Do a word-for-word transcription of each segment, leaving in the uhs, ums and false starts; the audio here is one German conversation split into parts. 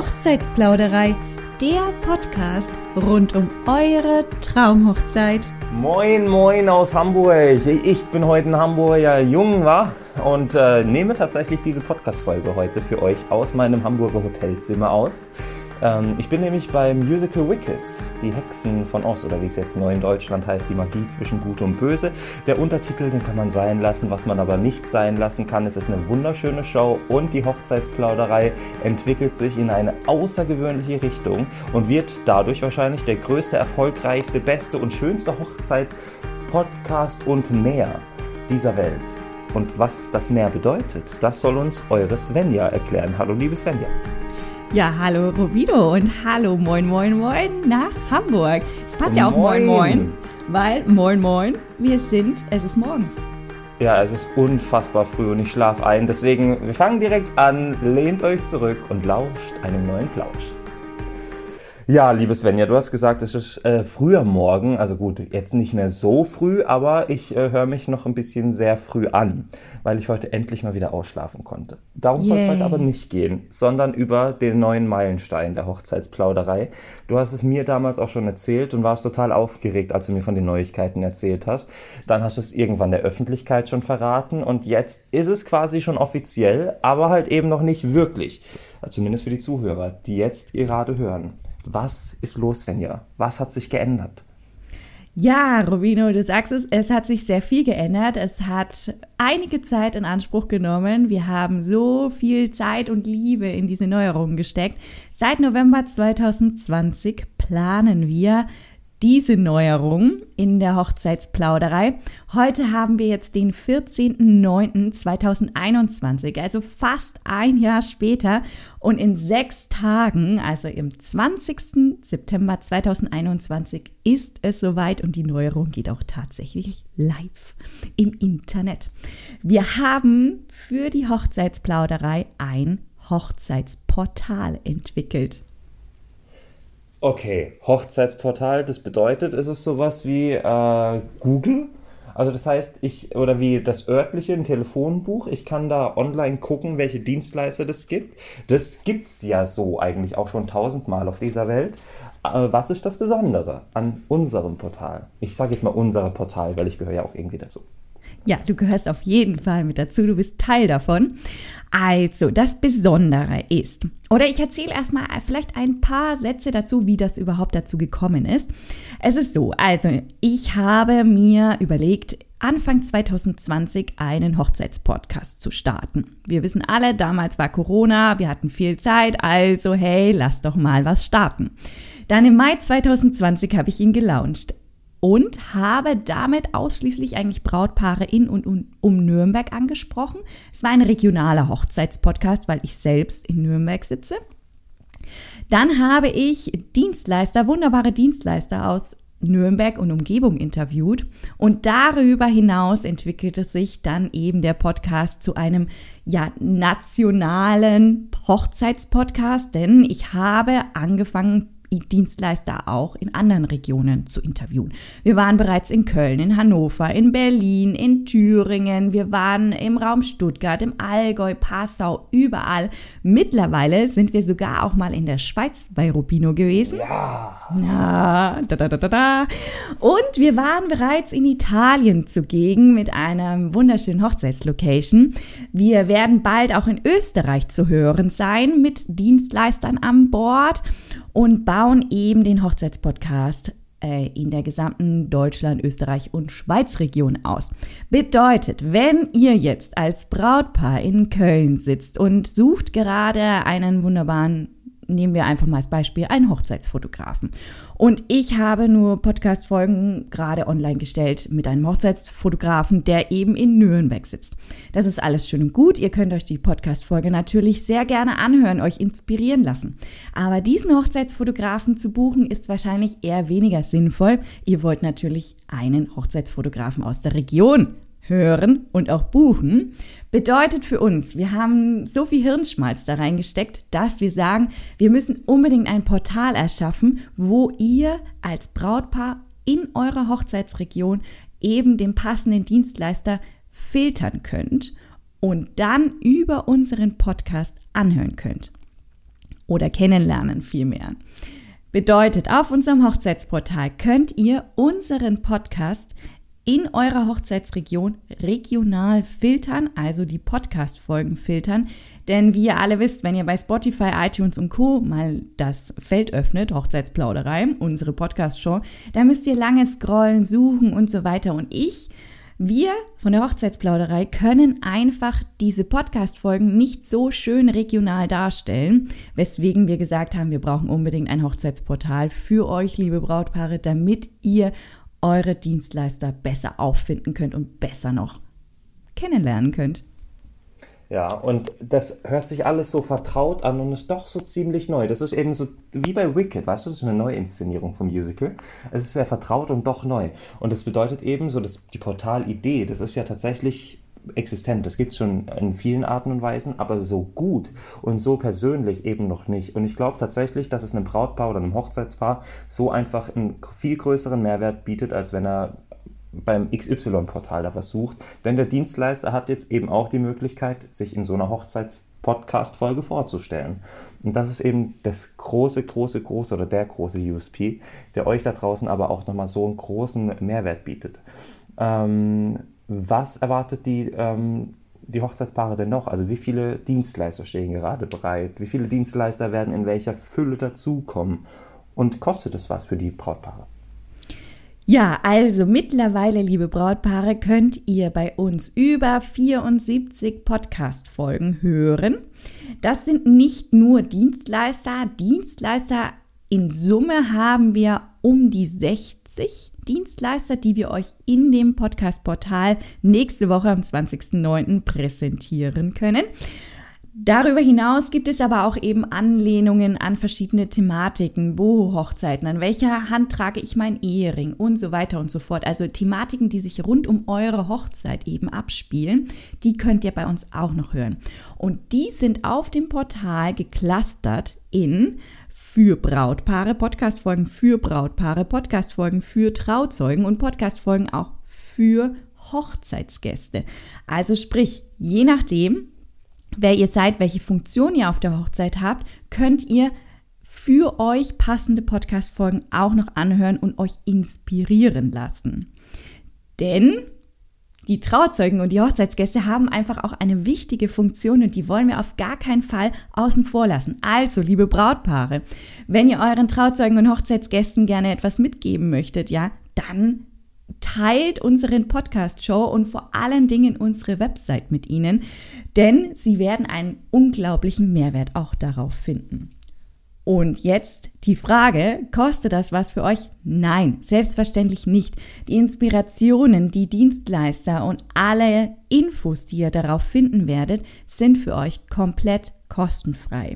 Hochzeitsplauderei, der Podcast rund um eure Traumhochzeit. Moin, moin aus Hamburg. Ich bin heute in Hamburg, ja jung, wa? Und äh, nehme tatsächlich diese Podcast-Folge heute für euch aus meinem Hamburger Hotelzimmer auf. Ähm, ich bin nämlich beim Musical Wicked, die Hexen von Oz, oder wie es jetzt neu in Deutschland heißt, die Magie zwischen Gut und Böse. Der Untertitel, den kann man sein lassen, was man aber nicht sein lassen kann. Es ist eine wunderschöne Show und die Hochzeitsplauderei entwickelt sich in eine außergewöhnliche Richtung und wird dadurch wahrscheinlich der größte, erfolgreichste, beste und schönste Hochzeitspodcast und mehr dieser Welt. Und was das mehr bedeutet, das soll uns eure Svenja erklären. Hallo liebe Svenja. Ja, hallo Robino und hallo moin moin moin nach Hamburg. Es passt ja auch moin moin, weil moin moin, wir sind, es ist morgens. Ja, es ist unfassbar früh und ich schlafe ein. Deswegen, wir fangen direkt an, lehnt euch zurück und lauscht einem neuen Plausch. Ja, liebe Svenja, du hast gesagt, es ist äh, früher Morgen, also gut, jetzt nicht mehr so früh, aber ich äh, höre mich noch ein bisschen sehr früh an, weil ich heute endlich mal wieder ausschlafen konnte. Darum soll es heute aber nicht gehen, sondern über den neuen Meilenstein der Hochzeitsplauderei. Du hast es mir damals auch schon erzählt und warst total aufgeregt, als du mir von den Neuigkeiten erzählt hast. Dann hast du es irgendwann der Öffentlichkeit schon verraten und jetzt ist es quasi schon offiziell, aber halt eben noch nicht wirklich. Zumindest für die Zuhörer, die jetzt gerade hören. Was ist los, Svenja? Was hat sich geändert? Ja, Robino, du sagst es, es hat sich sehr viel geändert. Es hat einige Zeit in Anspruch genommen. Wir haben so viel Zeit und Liebe in diese Neuerungen gesteckt. Seit November zwanzig zwanzig planen wir diese Neuerung in der Hochzeitsplauderei. Heute haben wir jetzt den vierzehnten neunten zweitausendeinundzwanzig, also fast ein Jahr später. Und in sechs Tagen, also im zwanzigsten September zweitausendeinundzwanzig, ist es soweit und die Neuerung geht auch tatsächlich live im Internet. Wir haben für die Hochzeitsplauderei ein Hochzeitsportal entwickelt. Okay, Hochzeitsportal, das bedeutet, ist es sowas wie äh, Google? Also das heißt, ich, oder wie das örtliche, ein Telefonbuch, ich kann da online gucken, welche Dienstleister das gibt. Das gibt's ja so eigentlich auch schon tausendmal auf dieser Welt. Äh, was ist das Besondere an unserem Portal? Ich sage jetzt mal unser Portal, weil ich gehöre ja auch irgendwie dazu. Ja, du gehörst auf jeden Fall mit dazu, du bist Teil davon. Also, das Besondere ist, oder ich erzähle erstmal vielleicht ein paar Sätze dazu, wie das überhaupt dazu gekommen ist. Es ist so, also ich habe mir überlegt, Anfang zwanzig zwanzig einen Hochzeitspodcast zu starten. Wir wissen alle, damals war Corona, wir hatten viel Zeit, also hey, lass doch mal was starten. Dann im Mai zwanzig zwanzig habe ich ihn gelauncht. Und habe damit ausschließlich eigentlich Brautpaare in und um Nürnberg angesprochen. Es war ein regionaler Hochzeitspodcast, weil ich selbst in Nürnberg sitze. Dann habe ich Dienstleister, wunderbare Dienstleister aus Nürnberg und Umgebung interviewt. Und darüber hinaus entwickelte sich dann eben der Podcast zu einem ja, nationalen Hochzeitspodcast, denn ich habe angefangen, Dienstleister auch in anderen Regionen zu interviewen. Wir waren bereits in Köln, in Hannover, in Berlin, in Thüringen, wir waren im Raum Stuttgart, im Allgäu, Passau, überall. Mittlerweile sind wir sogar auch mal in der Schweiz bei Robino gewesen. Ja. Na, da, da, da, da, da. Und wir waren bereits in Italien zugegen mit einer wunderschönen Hochzeitslocation. Wir werden bald auch in Österreich zu hören sein mit Dienstleistern an Bord und bauen eben den Hochzeitspodcast äh, in der gesamten Deutschland, Österreich und Schweiz-Region aus. Bedeutet, wenn ihr jetzt als Brautpaar in Köln sitzt und sucht gerade einen wunderbaren, nehmen wir einfach mal als Beispiel, einen Hochzeitsfotografen. Und ich habe nur Podcast-Folgen gerade online gestellt mit einem Hochzeitsfotografen, der eben in Nürnberg sitzt. Das ist alles schön und gut. Ihr könnt euch die Podcast-Folge natürlich sehr gerne anhören, euch inspirieren lassen. Aber diesen Hochzeitsfotografen zu buchen, ist wahrscheinlich eher weniger sinnvoll. Ihr wollt natürlich einen Hochzeitsfotografen aus der Region hören und auch buchen. Bedeutet für uns, wir haben so viel Hirnschmalz da reingesteckt, dass wir sagen, wir müssen unbedingt ein Portal erschaffen, wo ihr als Brautpaar in eurer Hochzeitsregion eben den passenden Dienstleister filtern könnt und dann über unseren Podcast anhören könnt. oder kennenlernen vielmehr. Bedeutet, auf unserem Hochzeitsportal könnt ihr unseren Podcast in eurer Hochzeitsregion regional filtern, also die Podcast-Folgen filtern. Denn wie ihr alle wisst, wenn ihr bei Spotify, iTunes und Co. mal das Feld öffnet, Hochzeitsplauderei, unsere Podcast-Show, da müsst ihr lange scrollen, suchen und so weiter. Und ich, wir von der Hochzeitsplauderei können einfach diese Podcast-Folgen nicht so schön regional darstellen, weswegen wir gesagt haben, wir brauchen unbedingt ein Hochzeitsportal für euch, liebe Brautpaare, damit ihr eure Dienstleister besser auffinden könnt und besser noch kennenlernen könnt. Ja, und das hört sich alles so vertraut an und ist doch so ziemlich neu. Das ist eben so wie bei Wicked, weißt du, das ist eine Neuinszenierung vom Musical. Es ist sehr vertraut und doch neu. Und das bedeutet eben so, dass die Portalidee, das ist ja tatsächlich existent. Das gibt es schon in vielen Arten und Weisen, aber so gut und so persönlich eben noch nicht. Und ich glaube tatsächlich, dass es einem Brautpaar oder einem Hochzeitspaar so einfach einen viel größeren Mehrwert bietet, als wenn er beim X Y-Portal da was sucht. Denn der Dienstleister hat jetzt eben auch die Möglichkeit, sich in so einer Hochzeits-Podcast-Folge vorzustellen. Und das ist eben das große, große, große oder der große U S P, der euch da draußen aber auch nochmal so einen großen Mehrwert bietet. Ähm, was erwartet die, ähm, die Hochzeitspaare denn noch? Also wie viele Dienstleister stehen gerade bereit? Wie viele Dienstleister werden in welcher Fülle dazukommen? Und kostet es was für die Brautpaare? Ja, also mittlerweile, liebe Brautpaare, könnt ihr bei uns über vierundsiebzig Podcast-Folgen hören. Das sind nicht nur Dienstleister. Dienstleister in Summe haben wir um die sechzig Dienstleister, die wir euch in dem Podcast-Portal nächste Woche am zwanzigsten neunten präsentieren können. Darüber hinaus gibt es aber auch eben Anlehnungen an verschiedene Thematiken, Boho-Hochzeiten, an welcher Hand trage ich meinen Ehering und so weiter und so fort. Also Thematiken, die sich rund um eure Hochzeit eben abspielen, die könnt ihr bei uns auch noch hören. Und die sind auf dem Portal geclustert in für Brautpaare, Podcastfolgen für Brautpaare, Podcastfolgen für Trauzeugen und Podcastfolgen auch für Hochzeitsgäste. Also sprich, je nachdem, wer ihr seid, welche Funktion ihr auf der Hochzeit habt, könnt ihr für euch passende Podcast-Folgen auch noch anhören und euch inspirieren lassen. Denn die Trauzeugen und die Hochzeitsgäste haben einfach auch eine wichtige Funktion und die wollen wir auf gar keinen Fall außen vor lassen. Also, liebe Brautpaare, wenn ihr euren Trauzeugen und Hochzeitsgästen gerne etwas mitgeben möchtet, ja, dann teilt unseren Podcast-Show und vor allen Dingen unsere Website mit ihnen, denn sie werden einen unglaublichen Mehrwert auch darauf finden. Und jetzt die Frage, kostet das was für euch? Nein, selbstverständlich nicht. Die Inspirationen, die Dienstleister und alle Infos, die ihr darauf finden werdet, sind für euch komplett kostenfrei.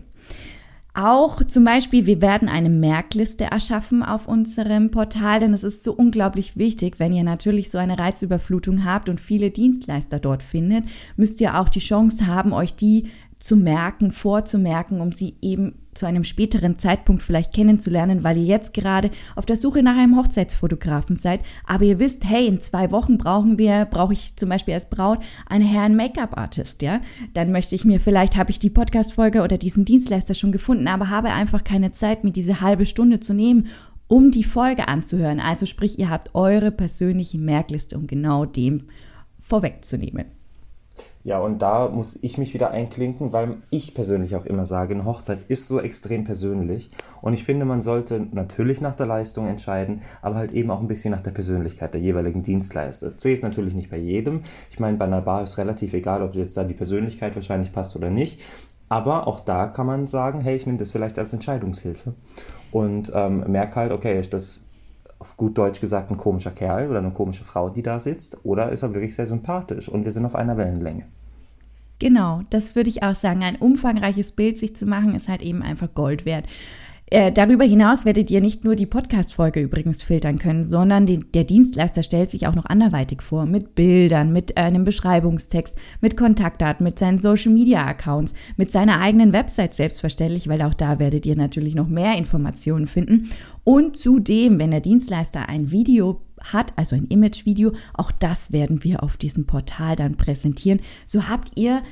Auch zum Beispiel, wir werden eine Merkliste erschaffen auf unserem Portal, denn es ist so unglaublich wichtig, wenn ihr natürlich so eine Reizüberflutung habt und viele Dienstleister dort findet, müsst ihr auch die Chance haben, euch die zu merken, vorzumerken, um sie eben zu einem späteren Zeitpunkt vielleicht kennenzulernen, weil ihr jetzt gerade auf der Suche nach einem Hochzeitsfotografen seid, aber ihr wisst, hey, in zwei Wochen brauchen wir, brauche ich zum Beispiel als Braut einen Herren-Make-up-Artist, ja, dann möchte ich mir, vielleicht habe ich die Podcast-Folge oder diesen Dienstleister schon gefunden, aber habe einfach keine Zeit, mir diese halbe Stunde zu nehmen, um die Folge anzuhören, also sprich, ihr habt eure persönliche Merkliste, um genau dem vorwegzunehmen. Ja, und da muss ich mich wieder einklinken, weil ich persönlich auch immer sage, eine Hochzeit ist so extrem persönlich und ich finde, man sollte natürlich nach der Leistung entscheiden, aber halt eben auch ein bisschen nach der Persönlichkeit der jeweiligen Dienstleister. Zählt natürlich nicht bei jedem. Ich meine, bei einer Bar ist relativ egal, ob jetzt da die Persönlichkeit wahrscheinlich passt oder nicht, aber auch da kann man sagen, hey, ich nehme das vielleicht als Entscheidungshilfe und ähm, merke halt, okay, ist das auf gut Deutsch gesagt ein komischer Kerl oder eine komische Frau, die da sitzt, oder ist er wirklich sehr sympathisch und wir sind auf einer Wellenlänge. Genau, das würde ich auch sagen. Ein umfangreiches Bild sich zu machen, ist halt eben einfach Gold wert. Äh, darüber hinaus werdet ihr nicht nur die Podcast-Folge übrigens filtern können, sondern die, der Dienstleister stellt sich auch noch anderweitig vor, mit Bildern, mit einem Beschreibungstext, mit Kontaktdaten, mit seinen Social-Media-Accounts, mit seiner eigenen Website selbstverständlich, weil auch da werdet ihr natürlich noch mehr Informationen finden. Und zudem, wenn der Dienstleister ein Video hat, also ein Image-Video, auch das werden wir auf diesem Portal dann präsentieren. So habt ihr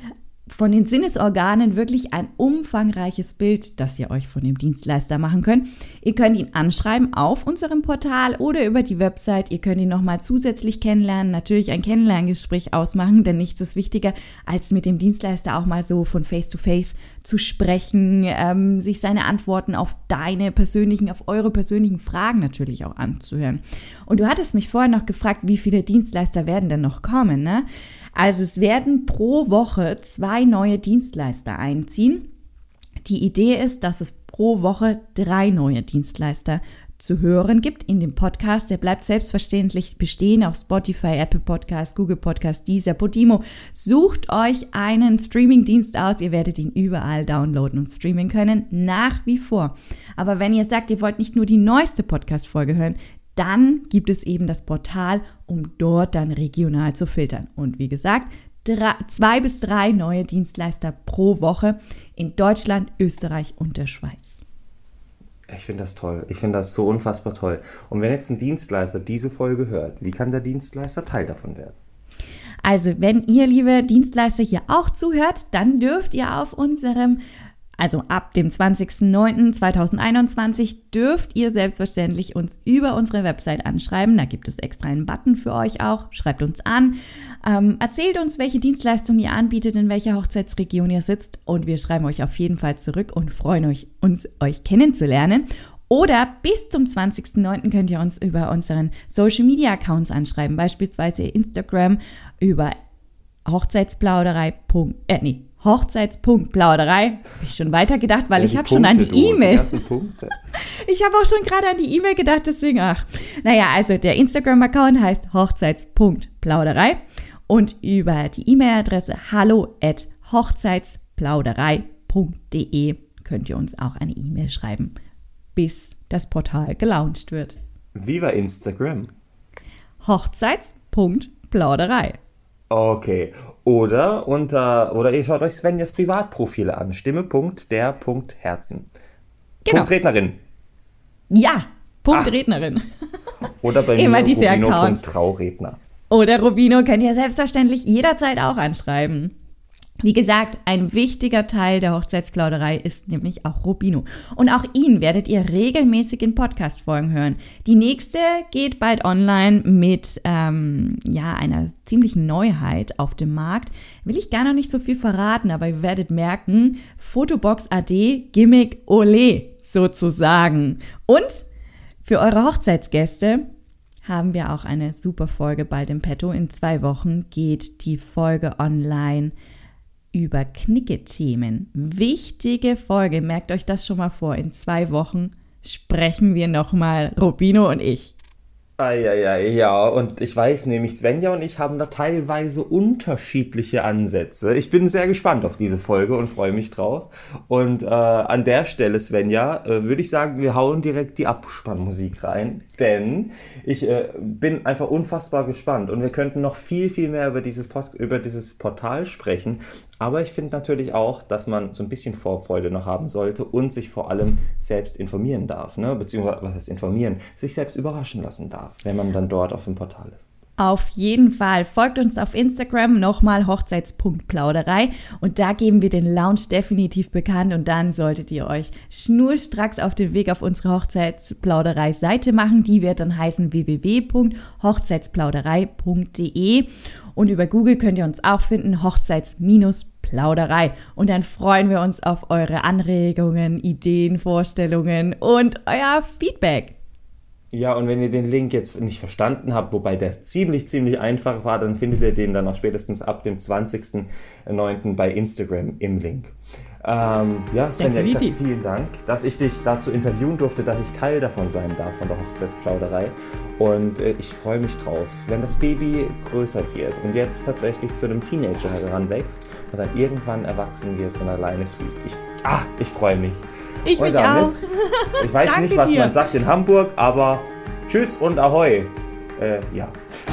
von den Sinnesorganen wirklich ein umfangreiches Bild, das ihr euch von dem Dienstleister machen könnt. Ihr könnt ihn anschreiben auf unserem Portal oder über die Website. Ihr könnt ihn nochmal zusätzlich kennenlernen, natürlich ein Kennenlerngespräch ausmachen, denn nichts ist wichtiger, als mit dem Dienstleister auch mal so von Face to Face zu sprechen, ähm, sich seine Antworten auf deine persönlichen, auf eure persönlichen Fragen natürlich auch anzuhören. Und du hattest mich vorher noch gefragt, wie viele Dienstleister werden denn noch kommen, ne? Also es werden pro Woche zwei neue Dienstleister einziehen. Die Idee ist, dass es pro Woche drei neue Dienstleister zu hören gibt in dem Podcast. Der bleibt selbstverständlich bestehen auf Spotify, Apple Podcast, Google Podcast, Deezer, Podimo. Sucht euch einen Streamingdienst aus. Ihr werdet ihn überall downloaden und streamen können, nach wie vor. Aber wenn ihr sagt, ihr wollt nicht nur die neueste Podcast-Folge hören, dann gibt es eben das Portal, um dort dann regional zu filtern. Und wie gesagt, drei, zwei bis drei neue Dienstleister pro Woche in Deutschland, Österreich und der Schweiz. Ich finde das toll. Ich finde das so unfassbar toll. Und wenn jetzt ein Dienstleister diese Folge hört, wie kann der Dienstleister Teil davon werden? Also, wenn ihr, liebe Dienstleister, hier auch zuhört, dann dürft ihr auf unserem Also ab dem zwanzigsten neunten zweitausendeinundzwanzig dürft ihr selbstverständlich uns über unsere Website anschreiben. Da gibt es extra einen Button für euch auch. Schreibt uns an, ähm, erzählt uns, welche Dienstleistungen ihr anbietet, in welcher Hochzeitsregion ihr sitzt und wir schreiben euch auf jeden Fall zurück und freuen euch, uns euch kennenzulernen. Oder bis zum zwanzigsten neunten könnt ihr uns über unseren Social-Media-Accounts anschreiben, beispielsweise Instagram über Hochzeitsplauderei. Äh, nee, Hochzeits.plauderei. Habe ich schon weitergedacht, weil ja, ich habe schon an die E-Mail. Ich habe auch schon gerade an die E-Mail gedacht, deswegen, ach. Naja, also der Instagram-Account heißt Hochzeits.plauderei und über die E-Mail-Adresse hallo at hochzeitsplauderei punkt de könnt ihr uns auch eine E-Mail schreiben, bis das Portal gelauncht wird. Wie war Instagram? Hochzeits.plauderei. Okay. Oder unter, oder ihr schaut euch Svenjas Privatprofile an. Stimme.der.herzen. Genau. Punkt Rednerin. Ja, Punkt Ach. Rednerin. Oder bei Immer mir diese Rubino. Accounts. Trauredner. Oder Rubino könnt ihr selbstverständlich jederzeit auch anschreiben. Wie gesagt, ein wichtiger Teil der Hochzeitsplauderei ist nämlich auch Rubino. Und auch ihn werdet ihr regelmäßig in Podcast-Folgen hören. Die nächste geht bald online mit ähm, ja, einer ziemlichen Neuheit auf dem Markt. Will ich gar noch nicht so viel verraten, aber ihr werdet merken, Fotobox A D, Gimmick, Olé sozusagen. Und für eure Hochzeitsgäste haben wir auch eine super Folge bald im Petto. In zwei Wochen geht die Folge online über Knicke-Themen. Wichtige Folge, merkt euch das schon mal vor. In zwei Wochen sprechen wir nochmal, Rubino und ich. Eieiei, ja, und ich weiß nämlich, Svenja und ich haben da teilweise unterschiedliche Ansätze. Ich bin sehr gespannt auf diese Folge und freue mich drauf. Und äh, an der Stelle, Svenja, äh, würde ich sagen, wir hauen direkt die Abspannmusik rein, denn ich äh, bin einfach unfassbar gespannt und wir könnten noch viel, viel mehr über dieses, Pod- über dieses Portal sprechen. Aber ich finde natürlich auch, dass man so ein bisschen Vorfreude noch haben sollte und sich vor allem selbst informieren darf, ne? Beziehungsweise, was heißt informieren? Sich selbst überraschen lassen darf, wenn man dann dort auf dem Portal ist. Auf jeden Fall. Folgt uns auf Instagram nochmal Hochzeits.plauderei und da geben wir den Launch definitiv bekannt und dann solltet ihr euch schnurstracks auf den Weg auf unsere Hochzeitsplauderei-Seite machen. Die wird dann heißen w w w punkt hochzeitsplauderei punkt de und über Google könnt ihr uns auch finden, Hochzeits-Plauderei. Und dann freuen wir uns auf eure Anregungen, Ideen, Vorstellungen und euer Feedback. Ja, und wenn ihr den Link jetzt nicht verstanden habt, wobei der ziemlich, ziemlich einfach war, dann findet ihr den dann auch spätestens ab dem zwanzigsten neunten bei Instagram im Link. Ähm, ja, Svenja, ich sage vielen Dank, dass ich dich dazu interviewen durfte, dass ich Teil davon sein darf, von der Hochzeitsplauderei. Und äh, ich freue mich drauf, wenn das Baby größer wird und jetzt tatsächlich zu einem Teenager heranwächst und dann irgendwann erwachsen wird und alleine fliegt. Ich, ah, ich freue mich. Ich mich auch. Ich weiß nicht, was dir. man sagt in Hamburg, aber tschüss und ahoi. Äh, ja.